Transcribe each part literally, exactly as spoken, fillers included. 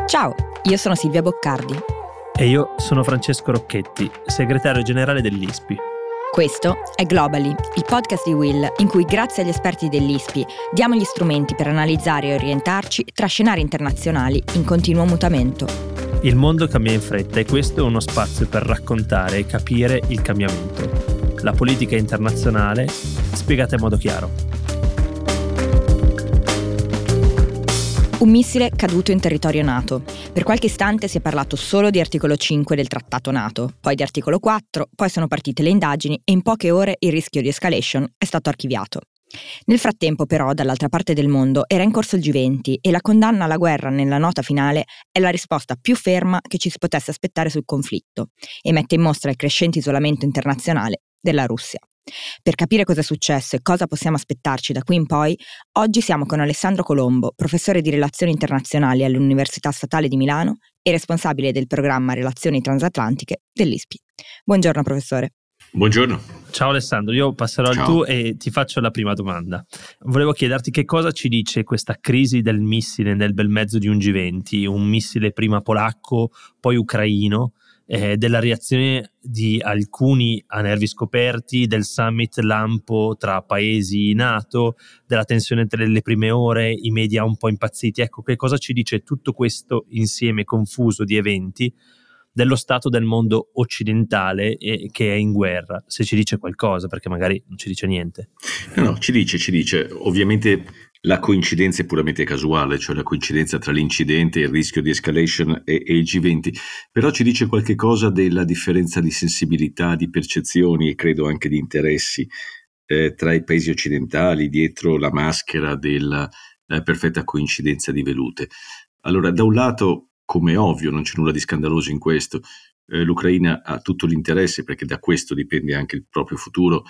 Ciao, io sono Silvia Boccardi. E io sono Francesco Rocchetti, segretario generale dell'I S P I. Questo è Globally, il podcast di Will, in cui grazie agli esperti dell'I S P I diamo gli strumenti per analizzare e orientarci tra scenari internazionali in continuo mutamento. Il mondo cambia in fretta e questo è uno spazio per raccontare e capire il cambiamento. La politica internazionale spiegata in modo chiaro. Un missile caduto in territorio NATO. Per qualche istante si è parlato solo di articolo cinque del trattato NATO, poi di articolo quattro, poi sono partite le indagini e in poche ore il rischio di escalation è stato archiviato. Nel frattempo però, dall'altra parte del mondo, era in corso il G venti e la condanna alla guerra nella nota finale è la risposta più ferma che ci si potesse aspettare sul conflitto e mette in mostra il crescente isolamento internazionale della Russia. Per capire cosa è successo e cosa possiamo aspettarci da qui in poi, oggi siamo con Alessandro Colombo, professore di Relazioni Internazionali all'Università Statale di Milano e responsabile del programma Relazioni Transatlantiche dell'I S P I. Buongiorno professore. Buongiorno. Ciao Alessandro, io passerò Ciao. al tu e ti faccio la prima domanda. Volevo chiederti che cosa ci dice questa crisi del missile nel bel mezzo di un G venti, un missile prima polacco, poi ucraino, eh, della reazione di alcuni a nervi scoperti, del summit lampo tra paesi NATO, della tensione tra le prime ore, i media un po' impazziti. Ecco, che cosa ci dice tutto questo insieme confuso di eventi dello stato del mondo occidentale e che è in guerra, se ci dice qualcosa, perché magari non ci dice niente. No, no, ci dice, ci dice. Ovviamente la coincidenza è puramente casuale, cioè la coincidenza tra l'incidente, il rischio di escalation e, e il G venti, però ci dice qualche cosa della differenza di sensibilità, di percezioni e credo anche di interessi eh, tra i paesi occidentali dietro la maschera della eh, perfetta coincidenza di vedute. Allora, da un lato, come è ovvio, non c'è nulla di scandaloso in questo, eh, l'Ucraina ha tutto l'interesse, perché da questo dipende anche il proprio futuro,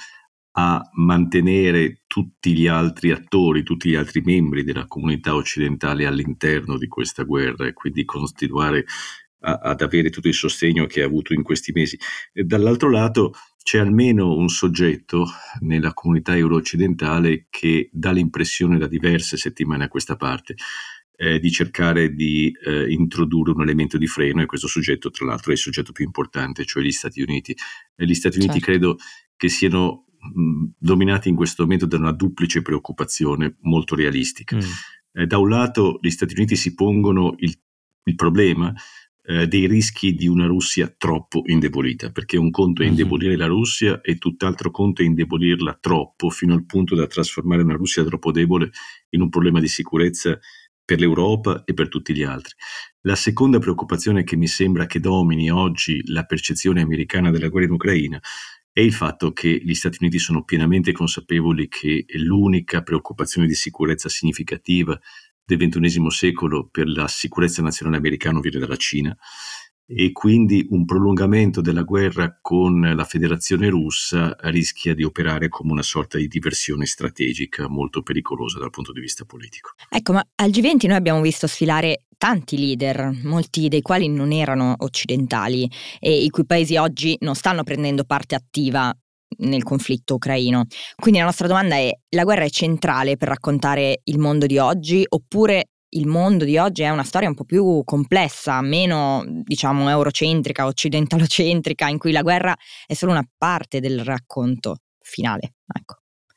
a mantenere tutti gli altri attori, tutti gli altri membri della comunità occidentale all'interno di questa guerra e quindi continuare a, ad avere tutto il sostegno che ha avuto in questi mesi. E dall'altro lato c'è almeno un soggetto nella comunità euro-occidentale che dà l'impressione da diverse settimane a questa parte Eh, di cercare di eh, introdurre un elemento di freno, e questo soggetto tra l'altro è il soggetto più importante, cioè gli Stati Uniti. E gli Stati Uniti Certo. credo che siano mh, dominati in questo momento da una duplice preoccupazione molto realistica. Mm. Eh, da un lato gli Stati Uniti si pongono il, il problema eh, dei rischi di una Russia troppo indebolita, perché un conto è indebolire la Russia e tutt'altro conto è indebolirla troppo fino al punto da trasformare una Russia troppo debole in un problema di sicurezza per l'Europa e per tutti gli altri. La seconda preoccupazione che mi sembra che domini oggi la percezione americana della guerra in Ucraina è il fatto che gli Stati Uniti sono pienamente consapevoli che l'unica preoccupazione di sicurezza significativa del ventunesimo secolo per la sicurezza nazionale americana viene dalla Cina, e quindi un prolungamento della guerra con la Federazione Russa rischia di operare come una sorta di diversione strategica molto pericolosa dal punto di vista politico. Ecco, ma al G venti noi abbiamo visto sfilare tanti leader, molti dei quali non erano occidentali e i cui paesi oggi non stanno prendendo parte attiva nel conflitto ucraino. Quindi la nostra domanda è: la guerra è centrale per raccontare il mondo di oggi, oppure il mondo di oggi è una storia un po' più complessa, meno, diciamo, eurocentrica, occidentalocentrica, in cui la guerra è solo una parte del racconto finale? Ecco.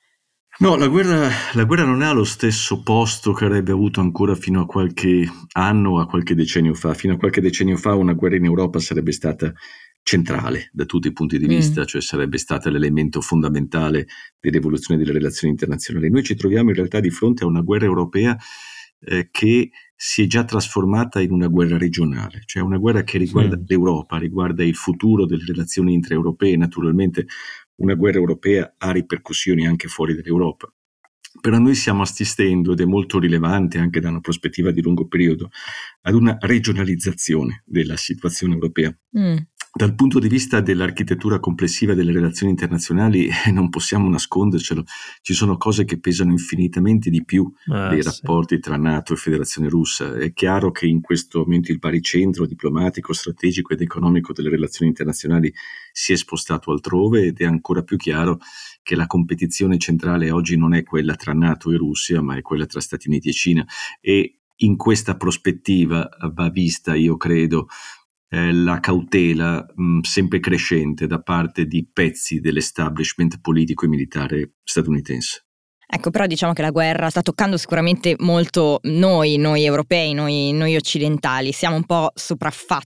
No, la guerra, la guerra non ha lo stesso posto che avrebbe avuto ancora fino a qualche anno, a qualche decennio fa. Fino a qualche decennio fa una guerra in Europa sarebbe stata centrale da tutti i punti di vista, mm. cioè sarebbe stata l'elemento fondamentale dell'evoluzione delle relazioni internazionali. Noi ci troviamo in realtà di fronte a una guerra europea eh, che si è già trasformata in una guerra regionale, cioè una guerra che riguarda mm. l'Europa, riguarda il futuro delle relazioni intraeuropee. Naturalmente una guerra europea ha ripercussioni anche fuori dall'Europa, però noi stiamo assistendo, ed è molto rilevante anche da una prospettiva di lungo periodo, ad una regionalizzazione della situazione europea. Mm. Dal punto di vista dell'architettura complessiva delle relazioni internazionali eh, non possiamo nascondercelo, ci sono cose che pesano infinitamente di più ah, dei sì. rapporti tra NATO e Federazione Russa. È chiaro che in questo momento il baricentro diplomatico, strategico ed economico delle relazioni internazionali si è spostato altrove, ed è ancora più chiaro che la competizione centrale oggi non è quella tra NATO e Russia, ma è quella tra Stati Uniti e Cina. E in questa prospettiva va vista, io credo, eh, la cautela mh, sempre crescente da parte di pezzi dell'establishment politico e militare statunitense. Ecco, però diciamo che la guerra sta toccando sicuramente molto noi, noi europei, noi, noi occidentali. Siamo un po' sopraffatti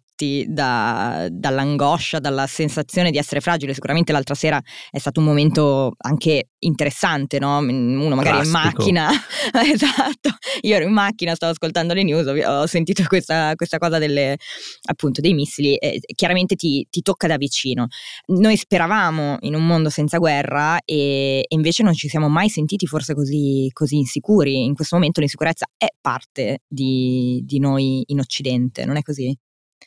da, dall'angoscia, dalla sensazione di essere fragile. Sicuramente l'altra sera è stato un momento anche interessante, no? Uno magari Classico. in macchina, esatto, io ero in macchina, stavo ascoltando le news, ho sentito questa, questa cosa delle, appunto, dei missili, e chiaramente ti, ti tocca da vicino. Noi speravamo in un mondo senza guerra e, e invece non ci siamo mai sentiti forse così, così insicuri. In questo momento l'insicurezza è parte di, di noi in Occidente, non è così?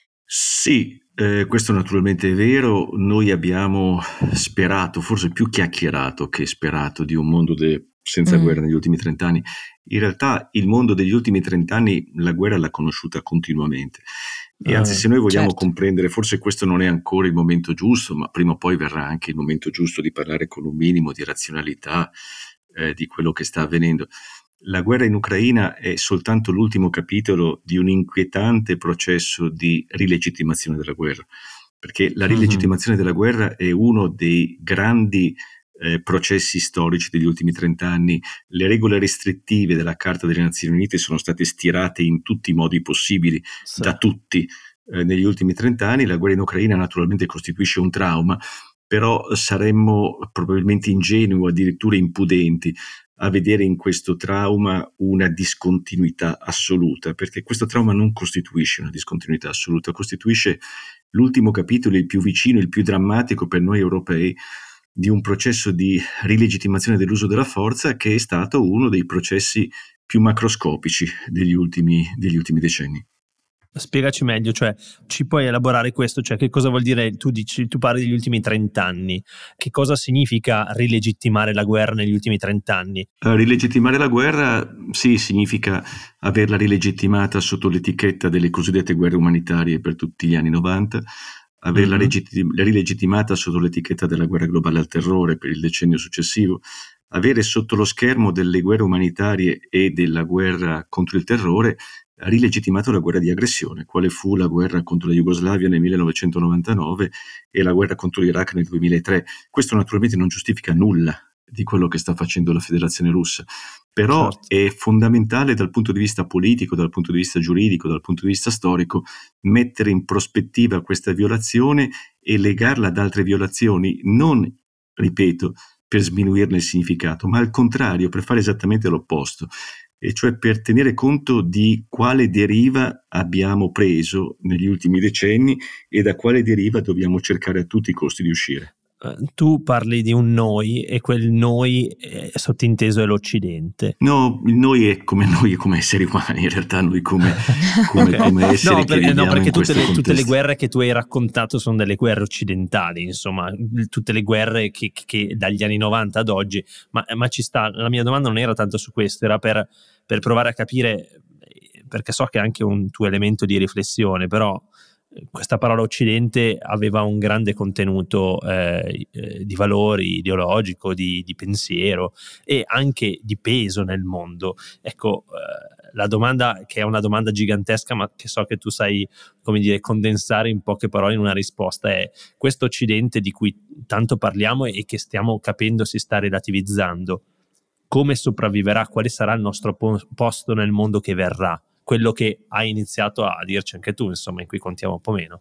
Sì, eh, questo naturalmente è vero. Noi abbiamo sperato, forse più chiacchierato che sperato, di un mondo de- senza mm. guerra negli ultimi trent'anni. In realtà il mondo degli ultimi trent'anni la guerra l'ha conosciuta continuamente. E anzi, se noi vogliamo certo. comprendere, forse questo non è ancora il momento giusto, ma prima o poi verrà anche il momento giusto di parlare con un minimo di razionalità eh, di quello che sta avvenendo. La guerra in Ucraina è soltanto l'ultimo capitolo di un inquietante processo di rilegittimazione della guerra, perché la rilegittimazione mm-hmm. della guerra è uno dei grandi eh, processi storici degli ultimi trent'anni. Le regole restrittive della Carta delle Nazioni Unite sono state stirate in tutti i modi possibili sì. da tutti eh, negli ultimi trent'anni. La guerra in Ucraina naturalmente costituisce un trauma, però saremmo probabilmente ingenui o addirittura impudenti a vedere in questo trauma una discontinuità assoluta, perché questo trauma non costituisce una discontinuità assoluta, costituisce l'ultimo capitolo, il più vicino, il più drammatico per noi europei, di un processo di rilegittimazione dell'uso della forza che è stato uno dei processi più macroscopici degli ultimi, degli ultimi decenni. Spiegaci meglio, cioè ci puoi elaborare questo, cioè che cosa vuol dire, tu dici, tu parli degli ultimi trent'anni, che cosa significa rilegittimare la guerra negli ultimi trent'anni? Uh, rilegittimare la guerra, sì, significa averla rilegittimata sotto l'etichetta delle cosiddette guerre umanitarie per tutti gli anni novanta, averla mm-hmm. legittim- rilegittimata sotto l'etichetta della guerra globale al terrore per il decennio successivo, avere sotto lo schermo delle guerre umanitarie e della guerra contro il terrore ha rilegittimato la guerra di aggressione, quale fu la guerra contro la Jugoslavia nel millenovecentonovantanove e la guerra contro l'Iraq nel duemilatré. Questo naturalmente non giustifica nulla di quello che sta facendo la Federazione Russa, però certo. è fondamentale dal punto di vista politico, dal punto di vista giuridico, dal punto di vista storico, mettere in prospettiva questa violazione e legarla ad altre violazioni, non, ripeto, per sminuirne il significato, ma al contrario, per fare esattamente l'opposto, e cioè per tenere conto di quale deriva abbiamo preso negli ultimi decenni e da quale deriva dobbiamo cercare a tutti i costi di uscire. Tu parli di un noi e quel noi è sottinteso è l'Occidente. No, il noi è come noi, come esseri umani, in realtà noi come, come, okay. come esseri no, per, che no, perché tutte le, tutte le guerre che tu hai raccontato sono delle guerre occidentali, insomma, tutte le guerre che, che dagli anni novanta ad oggi, ma, ma ci sta, la mia domanda non era tanto su questo, era per, per provare a capire, perché so che è anche un tuo elemento di riflessione, però questa parola Occidente aveva un grande contenuto eh, eh, di valori, ideologico, di, di pensiero e anche di peso nel mondo. Ecco, eh, la domanda, che è una domanda gigantesca, ma che so che tu sai, come dire, condensare in poche parole in una risposta, è: questo Occidente di cui tanto parliamo e che stiamo capendo si sta relativizzando, come sopravviverà? Quale sarà il nostro po- posto nel mondo che verrà? Quello che hai iniziato a dirci anche tu, insomma, in cui contiamo un po' meno.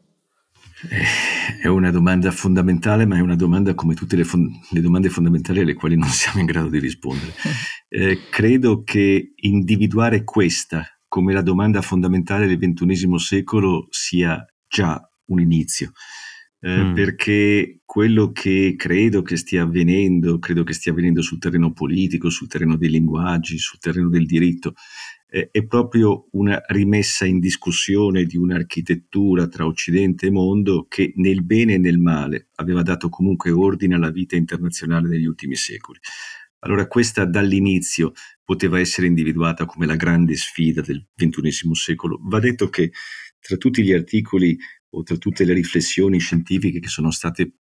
È una domanda fondamentale, ma è una domanda come tutte le, fond- le domande fondamentali alle quali non siamo in grado di rispondere. Eh, credo che individuare questa come la domanda fondamentale del ventunesimo secolo sia già un inizio. Eh, mm. Perché quello che credo che stia avvenendo, credo che stia avvenendo sul terreno politico, sul terreno dei linguaggi, sul terreno del diritto, eh, è proprio una rimessa in discussione di un'architettura tra Occidente e mondo che nel bene e nel male aveva dato comunque ordine alla vita internazionale degli ultimi secoli. Allora questa dall'inizio poteva essere individuata come la grande sfida del ventunesimo secolo. Va detto che tra tutti gli articoli o tra tutte le riflessioni scientifiche che sono state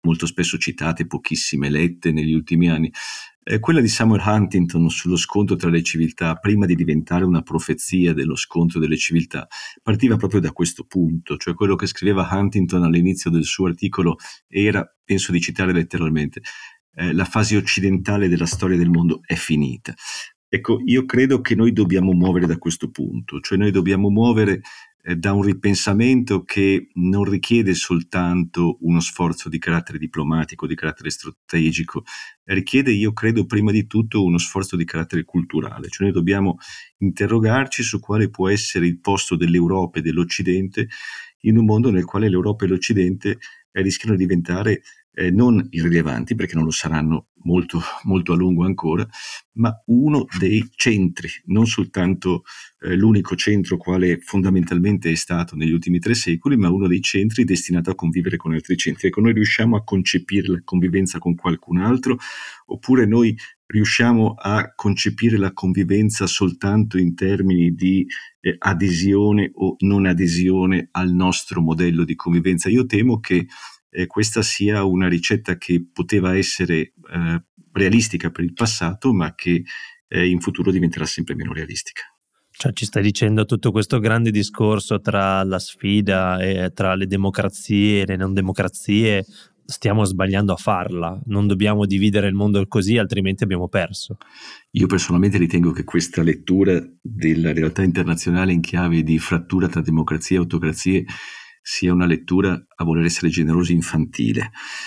molto spesso citate, pochissime lette negli ultimi anni. Eh, quella di Samuel Huntington sullo scontro tra le civiltà, prima di diventare una profezia dello scontro delle civiltà, partiva proprio da questo punto, cioè quello che scriveva Huntington all'inizio del suo articolo era, penso di citare letteralmente, eh, la fase occidentale della storia del mondo è finita. Ecco, io credo che noi dobbiamo muovere da questo punto, cioè noi dobbiamo muovere eh, da un ripensamento che non richiede soltanto uno sforzo di carattere diplomatico, di carattere strategico, richiede, io credo, prima di tutto uno sforzo di carattere culturale, cioè noi dobbiamo interrogarci su quale può essere il posto dell'Europa e dell'Occidente in un mondo nel quale l'Europa e l'Occidente eh, rischiano di diventare Eh, non irrilevanti, perché non lo saranno molto, molto a lungo ancora, ma uno dei centri, non soltanto eh, l'unico centro quale fondamentalmente è stato negli ultimi tre secoli, ma uno dei centri destinato a convivere con altri centri. Ecco, noi riusciamo a concepire la convivenza con qualcun altro, oppure noi riusciamo a concepire la convivenza soltanto in termini di eh, adesione o non adesione al nostro modello di convivenza? Io temo che Eh, questa sia una ricetta che poteva essere eh, realistica per il passato, ma che eh, in futuro diventerà sempre meno realistica. Cioè ci stai dicendo tutto questo grande discorso tra la sfida e tra le democrazie e le non democrazie, stiamo sbagliando a farla, non dobbiamo dividere il mondo così, altrimenti abbiamo perso. Io personalmente ritengo che questa lettura della realtà internazionale in chiave di frattura tra democrazie e autocrazie sia una lettura, a voler essere generosi, infantile,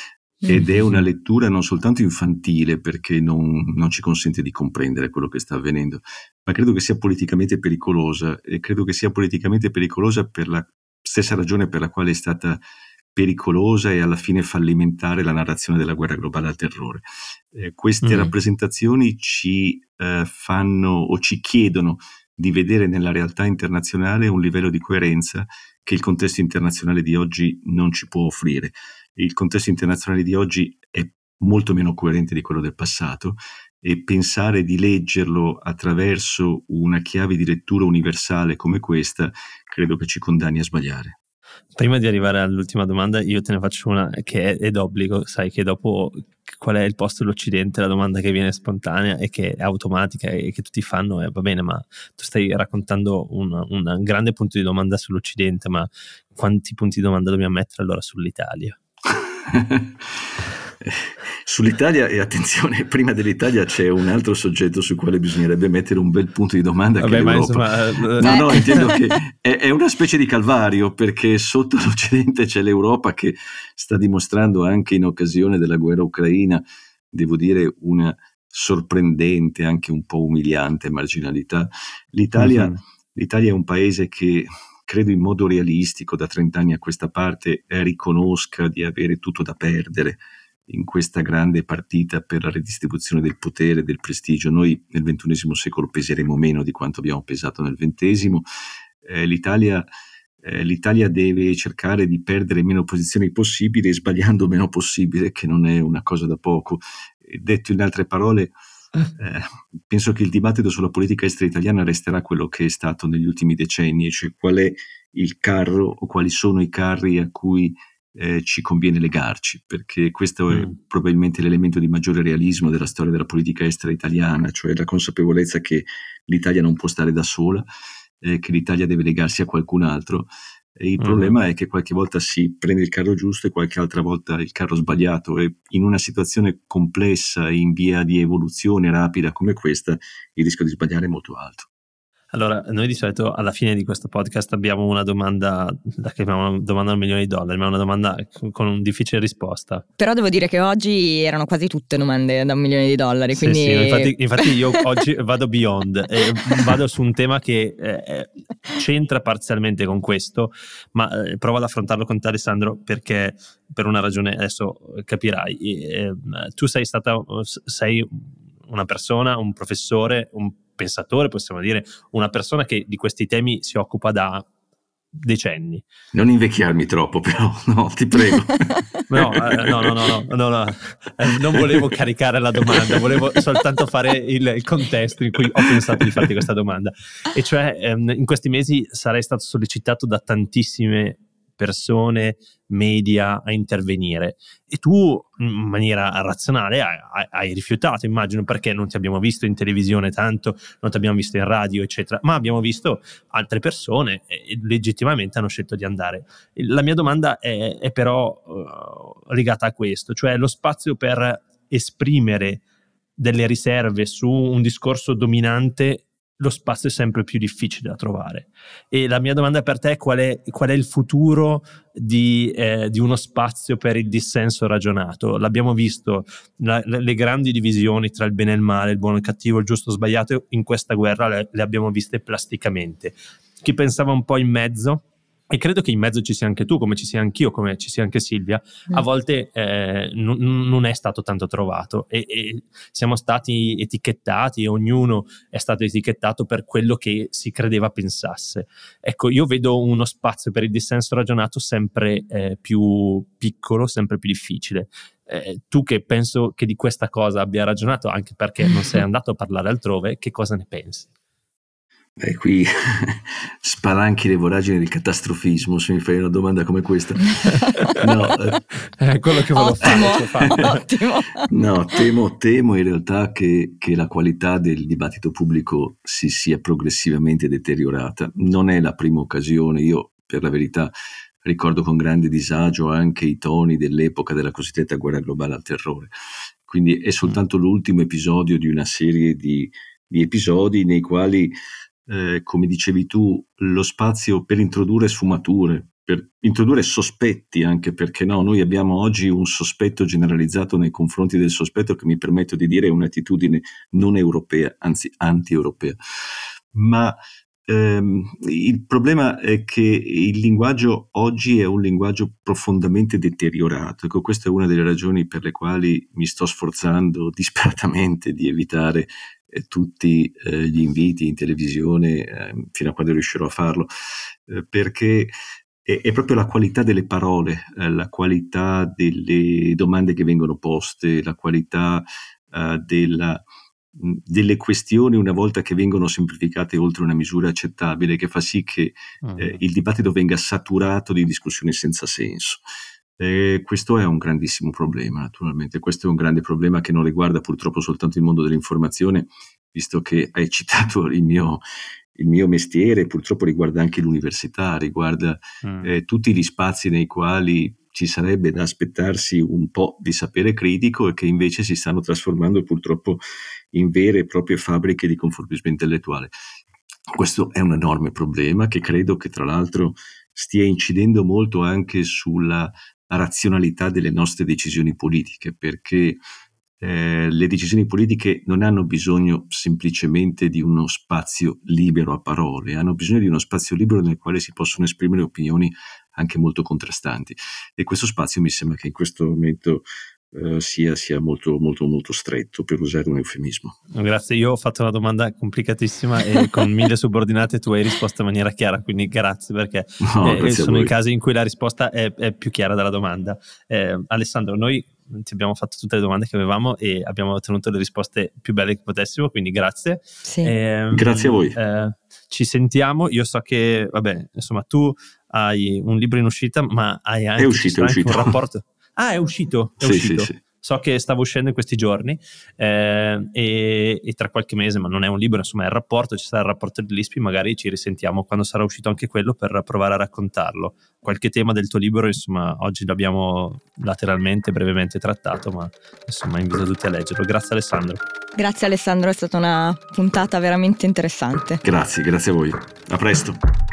ed è una lettura non soltanto infantile perché non, non ci consente di comprendere quello che sta avvenendo, ma credo che sia politicamente pericolosa, e credo che sia politicamente pericolosa per la stessa ragione per la quale è stata pericolosa e alla fine fallimentare la narrazione della guerra globale al terrore. Eh, queste mm. rappresentazioni ci eh, fanno o ci chiedono di vedere nella realtà internazionale un livello di coerenza che il contesto internazionale di oggi non ci può offrire. Il contesto internazionale di oggi è molto meno coerente di quello del passato, e pensare di leggerlo attraverso una chiave di lettura universale come questa credo che ci condanni a sbagliare. Prima di arrivare all'ultima domanda, io te ne faccio una che è, è d'obbligo. Sai che dopo qual è il posto dell'Occidente, la domanda che viene spontanea e che è automatica e che tutti fanno è: va bene, ma tu stai raccontando un, un grande punto di domanda sull'Occidente, ma quanti punti di domanda dobbiamo mettere allora sull'Italia? Sull'Italia, e attenzione, prima dell'Italia c'è un altro soggetto sul quale bisognerebbe mettere un bel punto di domanda. Vabbè, che è l'Europa. Insomma, no, no, intendo che è, è una specie di calvario, perché sotto l'Occidente c'è l'Europa che sta dimostrando, anche in occasione della guerra ucraina, devo dire, una sorprendente, anche un po' umiliante marginalità. L'Italia, uh-huh. l'Italia è un paese che credo in modo realistico da trent'anni a questa parte eh, riconosca di avere tutto da perdere in questa grande partita per la redistribuzione del potere e del prestigio. Noi nel ventunesimo secolo peseremo meno di quanto abbiamo pesato nel ventesimo. Eh, L'Italia, eh, l'Italia deve cercare di perdere meno posizioni possibile, sbagliando meno possibile, che non è una cosa da poco. Detto in altre parole, Eh, penso che il dibattito sulla politica estera italiana resterà quello che è stato negli ultimi decenni, cioè qual è il carro o quali sono i carri a cui eh, ci conviene legarci, perché questo è mm. probabilmente l'elemento di maggiore realismo della storia della politica estera italiana, cioè la consapevolezza che l'Italia non può stare da sola, eh, che l'Italia deve legarsi a qualcun altro. E il mm. problema è che qualche volta si prende il carro giusto e qualche altra volta il carro sbagliato, e in una situazione complessa in via di evoluzione rapida come questa il rischio di sbagliare è molto alto. Allora, noi di solito alla fine di questo podcast abbiamo una domanda, la chiamiamo una domanda al milione di dollari, ma è una domanda con un difficile risposta. Però devo dire che oggi erano quasi tutte domande da un milione di dollari, quindi... Sì, sì, infatti, infatti io oggi vado beyond, eh, vado su un tema che eh, c'entra parzialmente con questo, ma eh, provo ad affrontarlo con te, Alessandro, perché per una ragione adesso capirai. Eh, tu sei stata, sei una persona, un professore, un pensatore, possiamo dire, una persona che di questi temi si occupa da decenni. Non invecchiarmi troppo, però, no, ti prego. No, eh, no, no, no, no, no, no. Eh, non volevo caricare la domanda, volevo soltanto fare il, il contesto in cui ho pensato di farti questa domanda. E cioè, ehm, in questi mesi sarei stato sollecitato da tantissime persone, media a intervenire, e tu in maniera razionale hai, hai rifiutato, immagino, perché non ti abbiamo visto in televisione tanto, non ti abbiamo visto in radio eccetera, ma abbiamo visto altre persone e legittimamente hanno scelto di andare. La mia domanda è, è però uh, legata a questo, cioè lo spazio per esprimere delle riserve su un discorso dominante, lo spazio è sempre più difficile da trovare. E la mia domanda per te è qual è, qual è il futuro di, eh, di uno spazio per il dissenso ragionato? L'abbiamo visto, la, le grandi divisioni tra il bene e il male, il buono e il cattivo, il giusto e il sbagliato, in questa guerra le, le abbiamo viste plasticamente. Chi pensava un po' in mezzo, e credo che in mezzo ci sia anche tu, come ci sia anch'io, come ci sia anche Silvia, mm. a volte eh, n- non è stato tanto trovato e, e siamo stati etichettati, ognuno è stato etichettato per quello che si credeva pensasse. Ecco, io vedo uno spazio per il dissenso ragionato sempre eh, più piccolo, sempre più difficile. Eh, tu, che penso che di questa cosa abbia ragionato, anche perché non sei andato a parlare altrove, che cosa ne pensi? Beh, qui spalanchi le voragini del catastrofismo se mi fai una domanda come questa. No, eh, è quello che volevo ottimo, fare. ottimo. No, temo, temo in realtà che, che la qualità del dibattito pubblico si sia progressivamente deteriorata. Non è la prima occasione. Io, per la verità, ricordo con grande disagio anche i toni dell'epoca della cosiddetta guerra globale al terrore. Quindi è soltanto l'ultimo episodio di una serie di, di episodi nei quali, Eh, come dicevi tu, lo spazio per introdurre sfumature, per introdurre sospetti, anche perché no, noi abbiamo oggi un sospetto generalizzato nei confronti del sospetto che, mi permetto di dire, è un'attitudine non europea, anzi anti-europea. Ma ehm, il problema è che il linguaggio oggi è un linguaggio profondamente deteriorato. Ecco, questa è una delle ragioni per le quali mi sto sforzando disperatamente di evitare tutti eh, gli inviti in televisione eh, fino a quando riuscirò a farlo, eh, perché è, è proprio la qualità delle parole, eh, la qualità delle domande che vengono poste, la qualità eh, della, mh, delle questioni una volta che vengono semplificate oltre una misura accettabile, che fa sì che eh, il dibattito venga saturato di discussioni senza senso. Eh, questo è un grandissimo problema, naturalmente. Questo è un grande problema che non riguarda purtroppo soltanto il mondo dell'informazione, visto che hai citato il mio, il mio mestiere, purtroppo riguarda anche l'università, riguarda mm. eh, tutti gli spazi nei quali ci sarebbe da aspettarsi un po' di sapere critico e che invece si stanno trasformando purtroppo in vere e proprie fabbriche di conformismo intellettuale. Questo è un enorme problema che credo che, tra l'altro, stia incidendo molto anche sulla razionalità delle nostre decisioni politiche, perché eh, le decisioni politiche non hanno bisogno semplicemente di uno spazio libero a parole, hanno bisogno di uno spazio libero nel quale si possono esprimere opinioni anche molto contrastanti, e questo spazio mi sembra che in questo momento Uh, sia, sia molto molto molto stretto, per usare un eufemismo. Grazie, io ho fatto una domanda complicatissima e con mille subordinate tu hai risposto in maniera chiara, quindi grazie, perché no, eh, grazie sono i casi in cui la risposta è, è più chiara della domanda. eh, Alessandro, noi ti abbiamo fatto tutte le domande che avevamo e abbiamo ottenuto le risposte più belle che potessimo, quindi grazie. Sì. Eh, grazie a voi. Eh, ci sentiamo. Io so che, vabbè, insomma, tu hai un libro in uscita, ma hai anche, è uscito, è uscito. un rapporto. Ah, è uscito? È sì, uscito. Sì, sì. So che stava uscendo in questi giorni eh, e, e tra qualche mese, ma non è un libro, insomma è il rapporto, ci sarà il rapporto dell'I S P I, magari ci risentiamo quando sarà uscito anche quello per provare a raccontarlo. Qualche tema del tuo libro, insomma, oggi l'abbiamo lateralmente, brevemente trattato, ma insomma invito tutti a leggerlo. Grazie Alessandro. Grazie Alessandro, è stata una puntata veramente interessante. Grazie, grazie a voi. A presto.